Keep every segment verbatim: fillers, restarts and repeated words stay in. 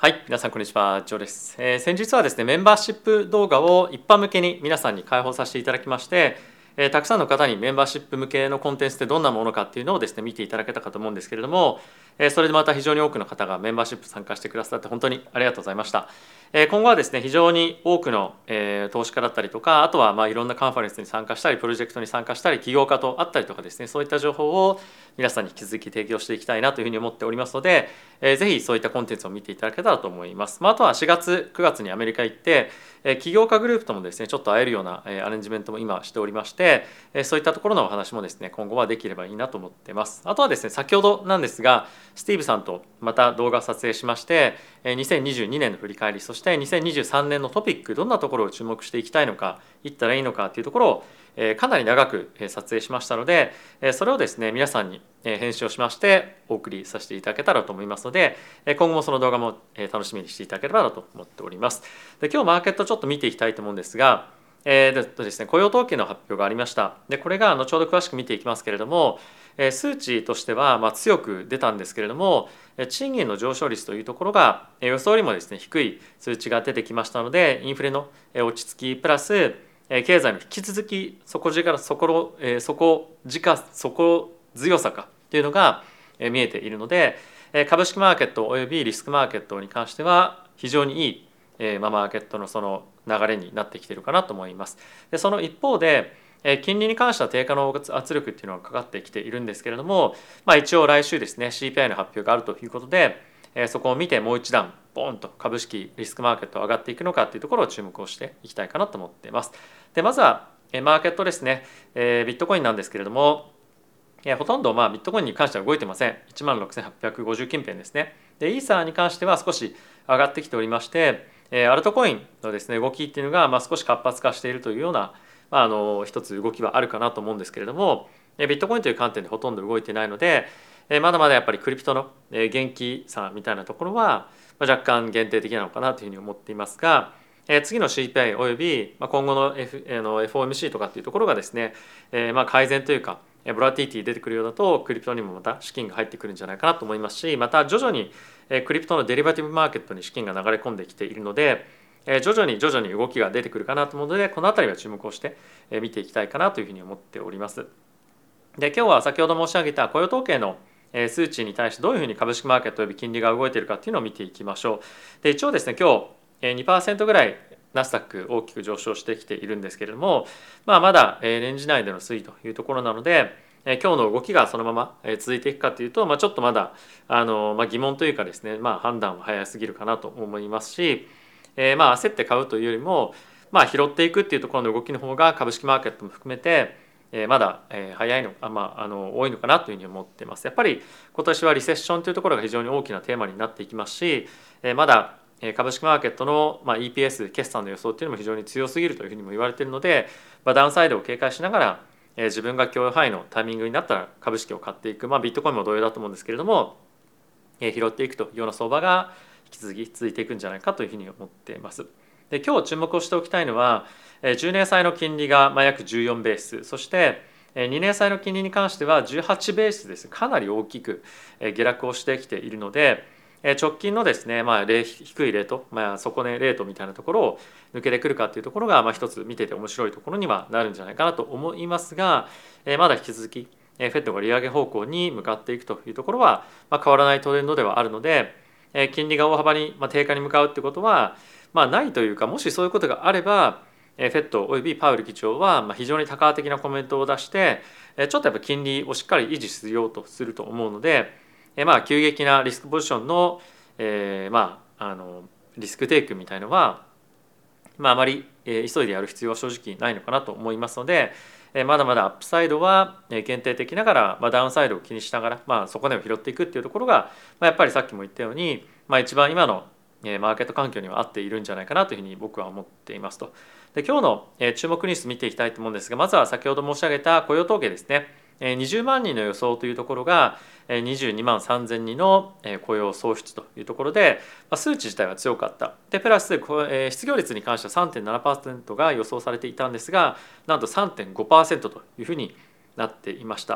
はい、皆さんこんにちは、ジョーです。えー先日はですね、メンバーシップ動画を一般向けに皆さんに開放させていただきまして、えーたくさんの方にメンバーシップ向けのコンテンツってどんなものかっていうのをですね、見ていただけたかと思うんですけれども、えーそれでまた非常に多くの方がメンバーシップ参加してくださって本当にありがとうございました。えー今後はですね、非常に多くの、えー投資家だったりとか、あとはまあいろんなカンファレンスに参加したり、プロジェクトに参加したり、起業家と会ったりとかですね、そういった情報を皆さんに引き続き提供していきたいなというふうに思っておりますので、えーぜひそういったコンテンツを見ていただけたらと思います。まあ、あとはしがつ、くがつにアメリカ行って、えー起業家グループともですね、ちょっと会えるような、えーアレンジメントも今しておりまして、えーそういったところのお話もですね、今後はできればいいなと思っています。あとはですね、先ほどなんですが、スティーブさんとまた動画を撮影しまして、えーにせんにじゅうにねんの振り返り、そしてにせんにじゅうさんねんのトピック、どんなところを注目していきたいのか、いったらいいのかというところを、えーかなり長くえー撮影しましたので、えーそれをですね、皆さんにえー編集をしましてお送りさせていただけたらと思いますので、えー今後もその動画もえー楽しみにしていただければなと思っております。で、今日マーケットちょっと見ていきたいと思うんですが、えーとですね、雇用統計の発表がありました。で、これが後ほど詳しく見ていきますけれども、えー数値としてはまあ強く出たんですけれども、えー賃金の上昇率というところがえー予想よりもですね、低い数値が出てきましたので、インフレのえー落ち着きプラスえー経済の引き続き底力底えー底力底強さかというのがえー見えているので、えー株式マーケットおよびリスクマーケットに関しては非常にいいえーまあマーケットのその流れになってきているかなと思います。で、その一方でえー金利に関しては低下の圧力っていうのがかかってきているんですけれども、まあ、一応来週ですね シーピーアイ の発表があるということで、えーそこを見てもう一段ボーンと株式リスクマーケット上がっていくのかっていうところを注目をしていきたいかなと思っています。で、まずはえーマーケットですね、えービットコインなんですけれども、いやほとんどまあビットコインに関しては動いてません。いちまんろくせんはっぴゃくごじゅう近辺ですね。で、イーサーに関しては少し上がってきておりまして、えーアルトコインのですね動きっていうのがまあ少し活発化しているというような、まあ、あの一つ動きはあるかなと思うんですけれども、えービットコインという観点でほとんど動いていないので、えーまだまだやっぱりクリプトのえー元気さみたいなところはまあ若干限定的なのかなというふうに思っていますが、えー次の シーピーアイ およびまあ今後の F あの エフオーエムシー とかっていうところがですね、えーまあ改善というかボラティティ出てくるようだとクリプトにもまた資金が入ってくるんじゃないかなと思いますし、また徐々にクリプトのデリバティブマーケットに資金が流れ込んできているので、徐々に徐々に動きが出てくるかなと思うので、この辺りは注目をして見ていきたいかなというふうに思っております。で、今日は先ほど申し上げた雇用統計の数値に対してどういうふうに株式マーケットおよび金利が動いているかっていうのを見ていきましょう。で、一応ですね、今日 にパーセント ぐらいナスダック大きく上昇してきているんですけれども、まあ、まだレンジ内での推移というところなので、今日の動きがそのまま続いていくかというと、まあ、ちょっとまだあの、まあ、疑問というかですね、まあ、判断は早すぎるかなと思いますし、えー、まあ焦って買うというよりも、まあ、拾っていくっていうところの動きの方が株式マーケットも含めてえーまだえー早いのあ、まあ、あの多いのかなというふうに思っています。やっぱり今年はリセッションというところが非常に大きなテーマになっていきますし、えーまだ株式マーケットの、まあ、イーピーエス 決算の予想っていうのも非常に強すぎるというふうにも言われているので、まあ、ダウンサイドを警戒しながら、えー自分が許容範囲のタイミングになったら株式を買っていく、まあ、ビットコインも同様だと思うんですけれども、えー拾っていくというような相場が引き続き続いていくんじゃないかというふうに思っています。で、今日注目をしておきたいのは、えーじゅうねん債の金利がまあ約じゅうよんベース、そしてにねん債の金利に関してはじゅうはちベースです。かなり大きく下落をしてきているので、直近のですね、まあ、低いレート、まあ、底値レートみたいなところを抜けてくるかというところが、まあ、一つ見てて面白いところにはなるんじゃないかなと思いますが、まだ引き続き フェット が利上げ方向に向かっていくというところは、まあ、変わらないトレンドではあるので、金利が大幅に低下に向かうってことは、まあ、ないというか、もしそういうことがあればフェットおよびパウエル議長は非常に多感的なコメントを出してちょっとやっぱ金利をしっかり維持しようとすると思うので、まあ急激なリスクポジションの、えー、まああのリスクテイクみたいのは、まあ、あまり急いでやる必要は正直ないのかなと思いますので、まだまだアップサイドは限定的ながら、まあ、ダウンサイドを気にしながら、まあ、そこでも拾っていくっていうところが、まあ、やっぱりさっきも言ったように、まあ、一番今のマーケット環境には合っているんじゃないかなというふうに僕は思っていますと。で、今日の注目ニュース見ていきたいと思うんですが、まずは先ほど申し上げた雇用統計ですね。にじゅうまんにんの予想というところがにじゅうにまんさんぜんにんの雇用創出というところで、数値自体は強かった。でプラス失業率に関しては さんてんななパーセント が予想されていたんですが、なんと さんてんごパーセント というふうになっていました。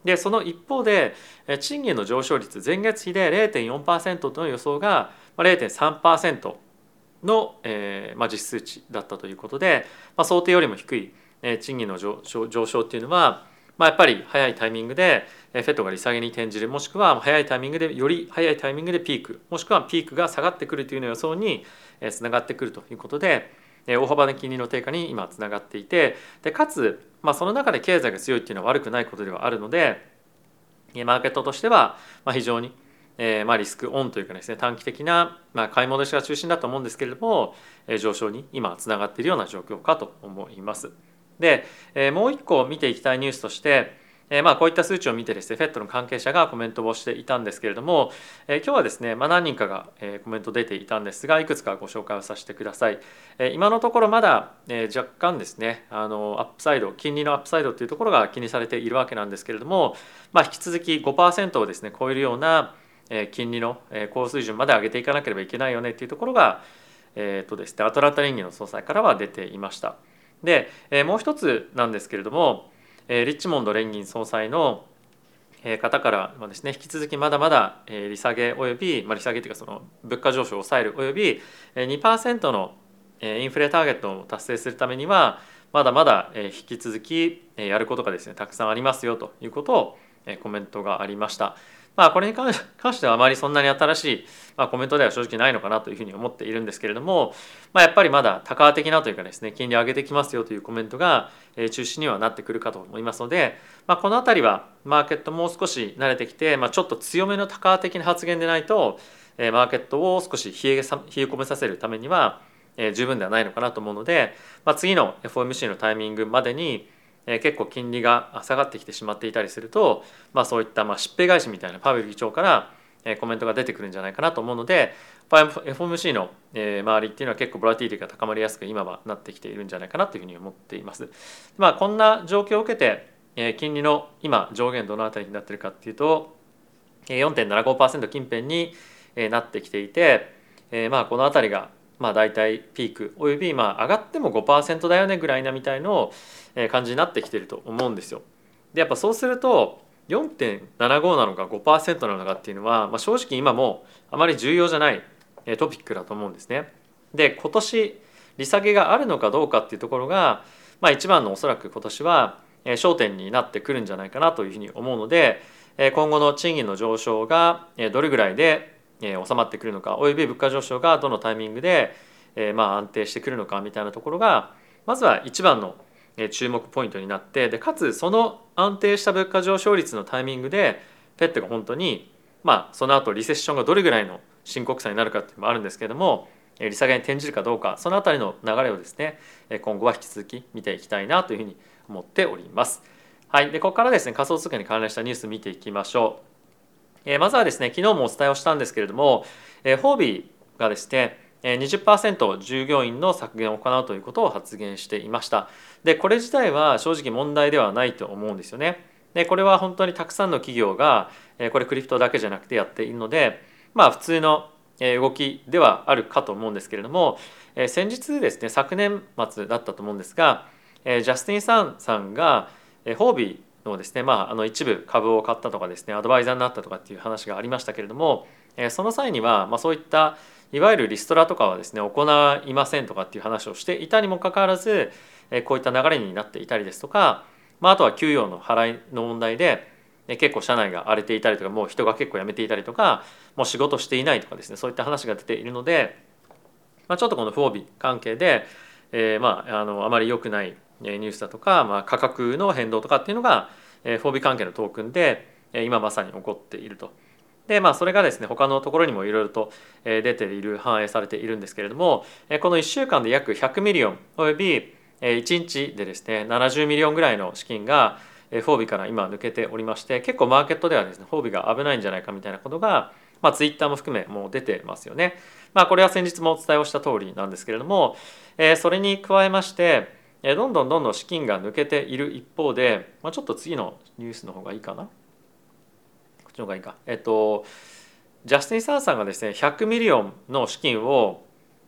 でその一方で賃金の上昇率前月比で れいてんよんパーセント との予想が れいてんさんパーセント の、えーまあ、実数値だったということで、まあ、想定よりも低い賃金の上昇、上昇っていうのは、まあ、やっぱり早いタイミングでフェットが利下げに転じる、もしくは早いタイミングでより早いタイミングでピーク、もしくはピークが下がってくるというような予想につながってくるということで、大幅な金利の低下に今つながっていて、でかつ、まあ、その中で経済が強いっていうのは悪くないことではあるので、マーケットとしては非常にえーまあ、リスクオンというかですね、短期的な、まあ、買い戻しが中心だと思うんですけれども、えー、上昇に今つながっているような状況かと思います。で、えー、もう一個見ていきたいニュースとして、えーまあ、こういった数値を見てですね、フェットの関係者がコメントをしていたんですけれども、えー、今日はですね、まあ、何人かが、えー、コメント出ていたんですが、いくつかご紹介をさせてください。えー、今のところまだ、えー、若干ですね、あのアップサイド、金利のアップサイドというところが気にされているわけなんですけれども、まあ、引き続き ごパーセント をですね超えるような金利の高水準まで上げていかなければいけないよねっていうところが、えーとですね、アトランタ連銀の総裁からは出ていました。で、もう一つなんですけれども、リッチモンド連銀総裁の方からはですね、引き続きまだまだ利下げおよび、まあ、利下げというかその物価上昇を抑えるおよび にパーセント のインフレターゲットを達成するためにはまだまだ引き続きやることがですねたくさんありますよということをコメントがありました。まあ、これに関してはあまりそんなに新しい、まあ、コメントでは正直ないのかなというふうに思っているんですけれども、まあ、やっぱりまだ多価的なというかですね、金利上げてきますよというコメントが中心にはなってくるかと思いますので、まあ、このあたりはマーケットもう少し慣れてきて、まあ、ちょっと強めの多価的な発言でないとマーケットを少し冷え冷え込めさせるためには十分ではないのかなと思うので、まあ、次の エフオーエムシー のタイミングまでに結構金利が下がってきてしまっていたりすると、まあ、そういったまあしっぺ返しみたいなパウエル議長からコメントが出てくるんじゃないかなと思うので、 エフオーエムシー の周りっていうのは結構ボラティリティが高まりやすく今はなってきているんじゃないかなというふうに思っています。まあ、こんな状況を受けて金利の今上限どのあたりになっているかっていうと よんてんななごパーセント 近辺になってきていて、まあこのあたりがまあ大体ピークおよびまあ上がっても ごパーセント だよねぐらいなみたいの感じになってきてると思うんですよ。でやっぱそうすると よんてんななご なのか ごパーセント なのかっていうのは、まあ、正直今もあまり重要じゃないトピックだと思うんですね。で今年利下げがあるのかどうかっていうところが、まあ、一番のおそらく今年は焦点になってくるんじゃないかなというふうに思うので、今後の賃金の上昇がどれぐらいで収まってくるのかおよび物価上昇がどのタイミングでまあ安定してくるのかみたいなところがまずは一番の注目ポイントになって、でかつその安定した物価上昇率のタイミングでフェットが本当にまあその後リセッションがどれぐらいの深刻さになるかっていうのもあるんですけれども、利下げに転じるかどうか、そのあたりの流れをですね今後は引き続き見ていきたいなというふうに思っております。はい、でここからですね仮想通貨に関連したニュース見ていきましょう。えー、まずはですね昨日もお伝えをしたんですけれども、えー、ホービーがですね にじゅっパーセント 従業員の削減を行うということを発言していました。でこれ自体は正直問題ではないと思うんですよね。でこれは本当にたくさんの企業がこれクリプトだけじゃなくてやっているので、まあ普通の動きではあるかと思うんですけれども、先日ですね昨年末だったと思うんですが、ジャスティン・サンさんがホービーのですね、まあ、あの一部株を買ったとかですねアドバイザーになったとかっていう話がありましたけれども、その際には、まあ、そういったいわゆるリストラとかはですね行いませんとかっていう話をしていたにもかかわらずこういった流れになっていたりですとか、まあ、あとは給与の払いの問題で結構社内が荒れていたりとかもう人が結構辞めていたりとかもう仕事していないとかですねそういった話が出ているので、まあ、ちょっとこの不帯関係で、えー、まああのあまり良くないニュースだとか、まあ、価格の変動とかっていうのが不帯関係のトークンで今まさに起こっていると。でまあそれがですね他のところにもいろいろと出ている反映されているんですけれども、このいっしゅうかんで約ひゃくミリオンおよびいちにちでですねななじゅうミリオンぐらいの資金がフォービーから今抜けておりまして、結構マーケットではですねフォービーが危ないんじゃないかみたいなことが、まあ、ツイッターも含めもう出てますよね。まあこれは先日もお伝えをした通りなんですけれども、それに加えましてどんどんどんどん資金が抜けている一方で、まあ、ちょっと次のニュースの方がいいかな。こっちの方がいいか。えっとジャスティン・サンさんがですねひゃくミリオンの資金を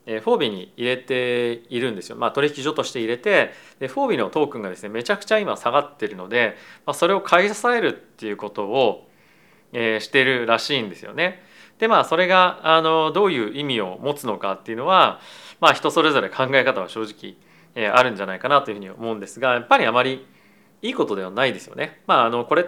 えー、フォービーに入れているんですよ。まあ、取引所として入れて、でフォービーのトークンがですねめちゃくちゃ今下がってるので、まあ、それを買い支えるっていうことを、えー、してるらしいんですよね。でまあそれがあのどういう意味を持つのかっていうのは、まあ、人それぞれ考え方は正直、えー、あるんじゃないかなというふうに思うんですが、やっぱりあまりいいことではないですよね。まあ、あのこれって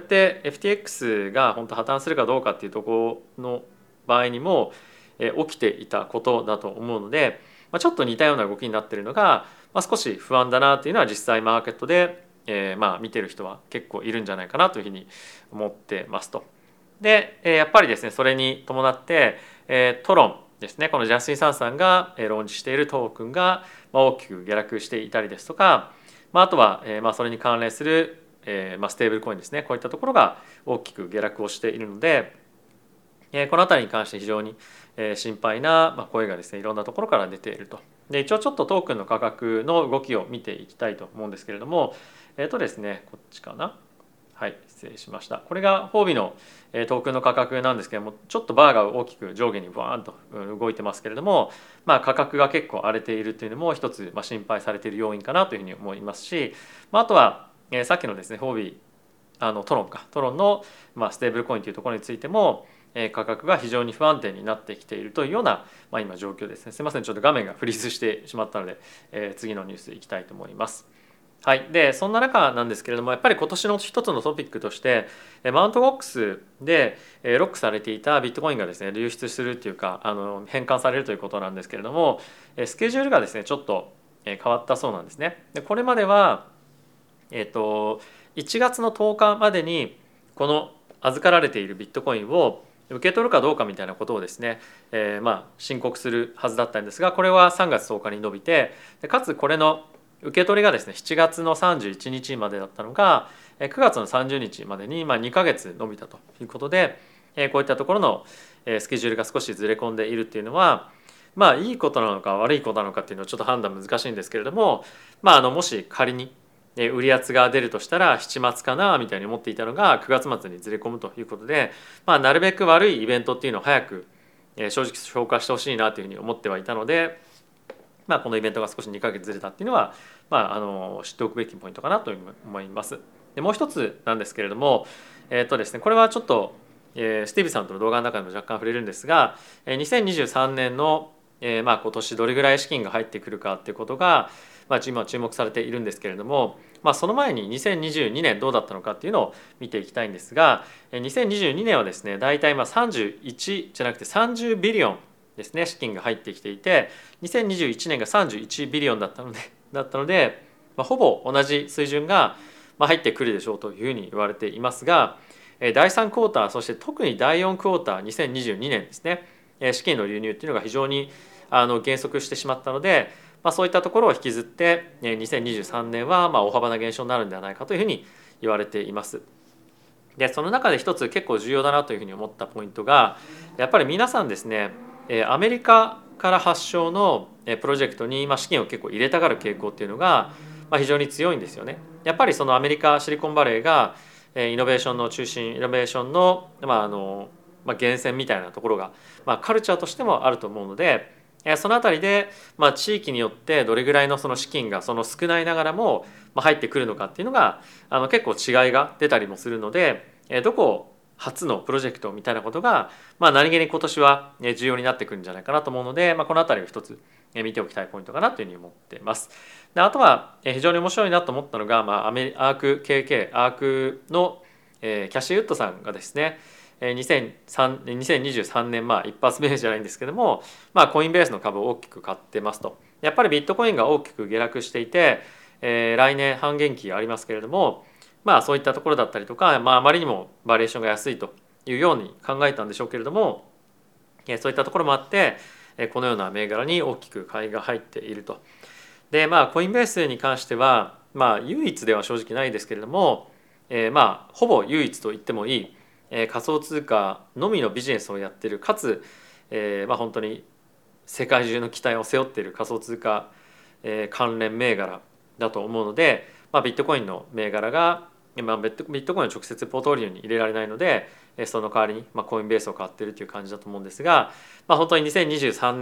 エフティーエックス が本当破綻するかどうかっていうところの場合にも、えー、起きていたことだと思うので、まあ、ちょっと似たような動きになっているのが、まあ、少し不安だなというのは実際マーケットで、えー、まあ見てる人は結構いるんじゃないかなというふうに思ってますと。で、えー、やっぱりですねそれに伴って、えー、トロンですね、このジャスティン・サンさんがローンチしているトークンが大きく下落していたりですとか、まあ、あとは、えーまあ、それに関連する、えーまあ、ステーブルコインですね、こういったところが大きく下落をしているので、えー、この辺りに関して非常に心配な声がですねいろんなところから出ていると。で一応ちょっとトークンの価格の動きを見ていきたいと思うんですけれども、えっとですねこっちかな。はい、失礼しました。これがフォービーのトークンの価格なんですけれども、ちょっとバーが大きく上下にバーンと動いてますけれども、まあ、価格が結構荒れているというのも一つ心配されている要因かなというふうに思いますし、あとはさっきのですねフォービーあのトロンかトロンのまあステーブルコインというところについても価格が非常に不安定になってきているというような、まあ、今状況ですね。すみません、ちょっと画面がフリーズしてしまったので、えー、次のニュースいきたいと思います。はい、でそんな中なんですけれども、やっぱり今年の一つのトピックとしてマウントゴックスでロックされていたビットコインがですね流出するっていうかあの変換されるということなんですけれども、スケジュールがですねちょっと変わったそうなんですね。でこれまでは、えー、といちがつのとおかまでにこの預かられているビットコインを受け取るかどうかみたいなことをですね、えー、まあ申告するはずだったんですが、これはさんがつとおかに伸びて、でかつこれの受け取りがですねしちがつのさんじゅういちにちまでだったのがくがつのさんじゅうにちまでににかげつ伸びたということで、こういったところのスケジュールが少しずれ込んでいるっていうのは、まあいいことなのか悪いことなのかっていうのはちょっと判断難しいんですけれども、まあ、あのもし仮に売り圧が出るとしたらしちがつかなみたいに思っていたのがくがつ末にずれ込むということで、まあ、なるべく悪いイベントっていうのを早く正直消化してほしいなというふうに思ってはいたので、まあ、このイベントが少しにかげつずれたっていうのは、まあ、あの知っておくべきポイントかなと思います。でもう一つなんですけれども、えーとですね、これはちょっと、えー、スティーブさんとの動画の中でも若干触れるんですが、にせんにじゅうさんねんの、えーまあ、今年どれぐらい資金が入ってくるかっていうことが、まあ、今注目されているんですけれども、まあ、その前ににせんにじゅうにねんどうだったのかっていうのを見ていきたいんですが、にせんにじゅうにねんはですね大体まあさんじゅういちじゃなくてさんじゅうビリオンですね資金が入ってきていて、にせんにじゅういちねんがさんじゅういちビリオンだったのでだったので、まあ、ほぼ同じ水準が入ってくるでしょうというふうに言われていますが、だいさんクォーターそして特にだいよんクォーターにせんにじゅうにねんですね、資金の流入っていうのが非常にあの減速してしまったので、まあ、そういったところを引きずってにせんにじゅうさんねんはまあ大幅な減少になるんではないかというふうに言われています。でその中で一つ結構重要だなというふうに思ったポイントが、やっぱり皆さんですねアメリカから発祥のプロジェクトに今資金を結構入れたがる傾向っていうのが非常に強いんですよね。やっぱりそのアメリカシリコンバレーがイノベーションの中心、イノベーションのまああのまあ源泉みたいなところがまあカルチャーとしてもあると思うので、そのあたりでまあ地域によってどれぐらいのその資金がその少ないながらも入ってくるのかっていうのがあの結構違いが出たりもするので、どこ初のプロジェクトみたいなことが、まあ、何気に今年は重要になってくるんじゃないかなと思うので、まあ、この辺りを一つ見ておきたいポイントかなというふうに思っています。であとは非常に面白いなと思ったのが、まあ、アメアーク ケーケー アークのキャッシュ・ウッドさんがですねにせんにじゅうさんねん、まあ、一発目じゃないんですけども、まあ、コインベースの株を大きく買ってますと。やっぱりビットコインが大きく下落していて、えー、来年半減期がありますけれども、まあそういったところだったりとか、まあ、あまりにもバリエーションが安いというように考えたんでしょうけれども、そういったところもあってこのような銘柄に大きく買いが入っていると。でまあコインベースに関しては、まあ、唯一では正直ないですけれども、えー、まあほぼ唯一と言ってもいい、えー、仮想通貨のみのビジネスをやってる、かつ、えー、まあ本当に世界中の期待を背負っている仮想通貨、えー、関連銘柄だと思うので、まあ、ビットコインの銘柄が、まあ、ビットビットコインを直接ポートフォリオに入れられないので、その代わりに、まあ、コインベースを買っているという感じだと思うんですが、まあ、本当ににせんにじゅうさんねん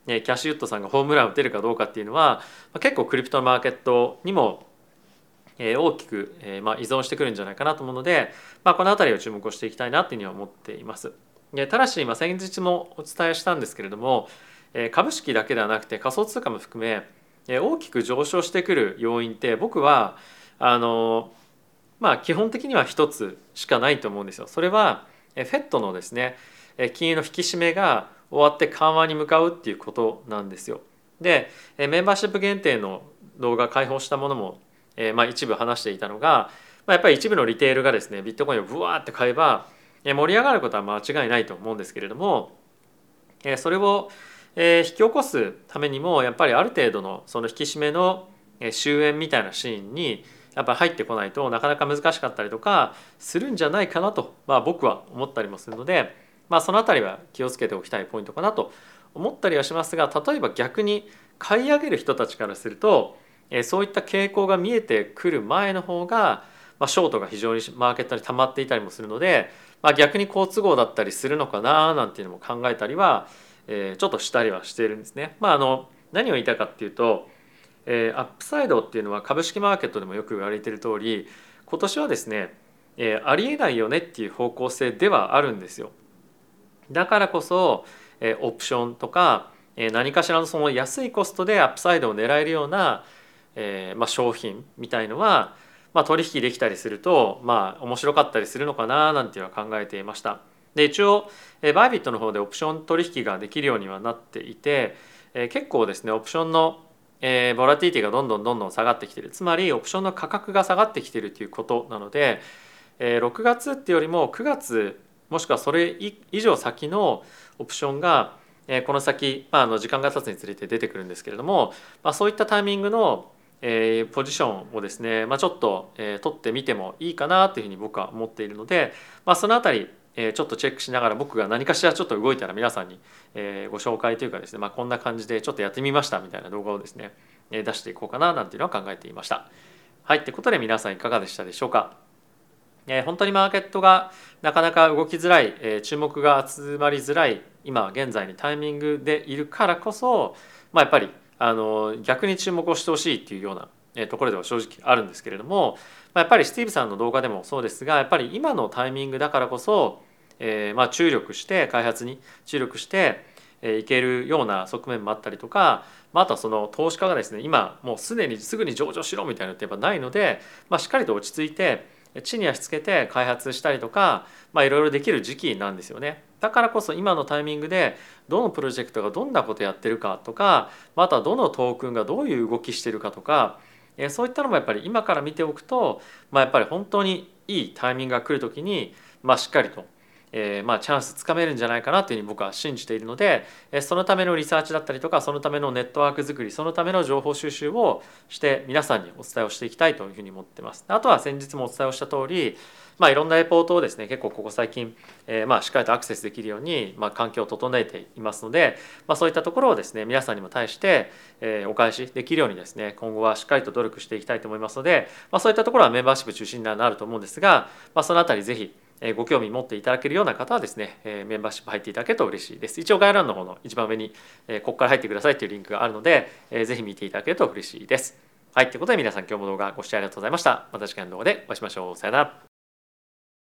キャッシュウッドさんがホームランを打てるかどうかっていうのは結構クリプトのマーケットにも大きくまあ依存してくるんじゃないかなと思うので、まあ、この辺りを注目をしていきたいなというふうには思っています。でただし今先日もお伝えしたんですけれども、株式だけではなくて仮想通貨も含め大きく上昇してくる要因って僕はあのまあ基本的には一つしかないと思うんですよ。それは エフイーディー のですね金融の引き締めが終わって緩和に向かうっていうことなんですよ。でメンバーシップ限定の動画開放したものも、えー、まあ一部話していたのが、まあ、やっぱり一部のリテールがですねビットコインをブワーって買えば盛り上がることは間違いないと思うんですけれども、それを引き起こすためにもやっぱりある程度のその引き締めの終焉みたいなシーンにやっぱり入ってこないとなかなか難しかったりとかするんじゃないかなと、まあ、僕は思ったりもするので、まあ、そのあたりは気をつけておきたいポイントかなと思ったりはしますが、例えば逆に買い上げる人たちからするとそういった傾向が見えてくる前の方が、まあ、ショートが非常にマーケットに溜まっていたりもするので、まあ、逆に好都合だったりするのかななんていうのも考えたりは、えー、ちょっとしたりはしているんですね。まあ、あの何を言いたいかっていうと、えー、アップサイドっていうのは株式マーケットでもよく言われている通り今年はですね、えー、ありえないよねっていう方向性ではあるんですよ。だからこそ、えー、オプションとか、えー、何かしらのその安いコストでアップサイドを狙えるような、えーまあ、商品みたいのは、まあ、取引できたりすると、まあ、面白かったりするのかななんていうのは考えていました。で一応バイビットの方でオプション取引ができるようにはなっていて、えー、結構ですねオプションのえー、ボラティティがどんどんどんどん下がってきている、つまりオプションの価格が下がってきているということなので、えー、ろくがつっていうよりもくがつもしくはそれ以上先のオプションが、えー、この先、まあ、あの時間が経つにつれて出てくるんですけれども、まあ、そういったタイミングの、えー、ポジションをですね、まあ、ちょっと、えー、取ってみてもいいかなというふうに僕は思っているので、まあ、そのあたりちょっとチェックしながら僕が何かしらちょっと動いたら皆さんにご紹介というかですね、まあ、こんな感じでちょっとやってみましたみたいな動画をですね出していこうかななんていうのは考えていました。はい、ということで皆さんいかがでしたでしょうか。本当にマーケットがなかなか動きづらい、注目が集まりづらい今現在にタイミングでいるからこそ、まあ、やっぱりあの逆に注目をしてほしいっていうようなところでは正直あるんですけれども、やっぱりスティーブさんの動画でもそうですがやっぱり今のタイミングだからこそえーまあ、注力して開発に注力していけるような側面もあったりとか、まあ、あとはその投資家がですね今もうすでにすぐに上場しろみたいなのってやっぱないので、まあ、しっかりと落ち着いて地に足つけて開発したりとか、まあ、いろいろできる時期なんですよね。だからこそ今のタイミングでどのプロジェクトがどんなことやってるかとか、またどのトークンがどういう動きしてるかとか、そういったのもやっぱり今から見ておくと、まあ、やっぱり本当にいいタイミングが来る時に、まあ、しっかりとえー、まあチャンスつかめるんじゃないかなというふうに僕は信じているので、そのためのリサーチだったりとかそのためのネットワーク作り、そのための情報収集をして皆さんにお伝えをしていきたいというふうに思ってます。あとは先日もお伝えをした通り、まあ、いろんなレポートをですね結構ここ最近、えー、まあしっかりとアクセスできるように、まあ、環境を整えていますので、まあ、そういったところをですね皆さんにも対して、えー、お返しできるようにですね今後はしっかりと努力していきたいと思いますので、まあ、そういったところはメンバーシップ中心になると思うんですが、まあ、そのあたりぜひご興味持っていただけるような方はですねメンバーシップ入っていただけると嬉しいです。一応概要欄の方の一番上にここから入ってくださいというリンクがあるのでぜひ見ていただけると嬉しいです。はい、ということで皆さん今日も動画ご視聴ありがとうございました。また次回の動画でお会いしましょう。さよなら。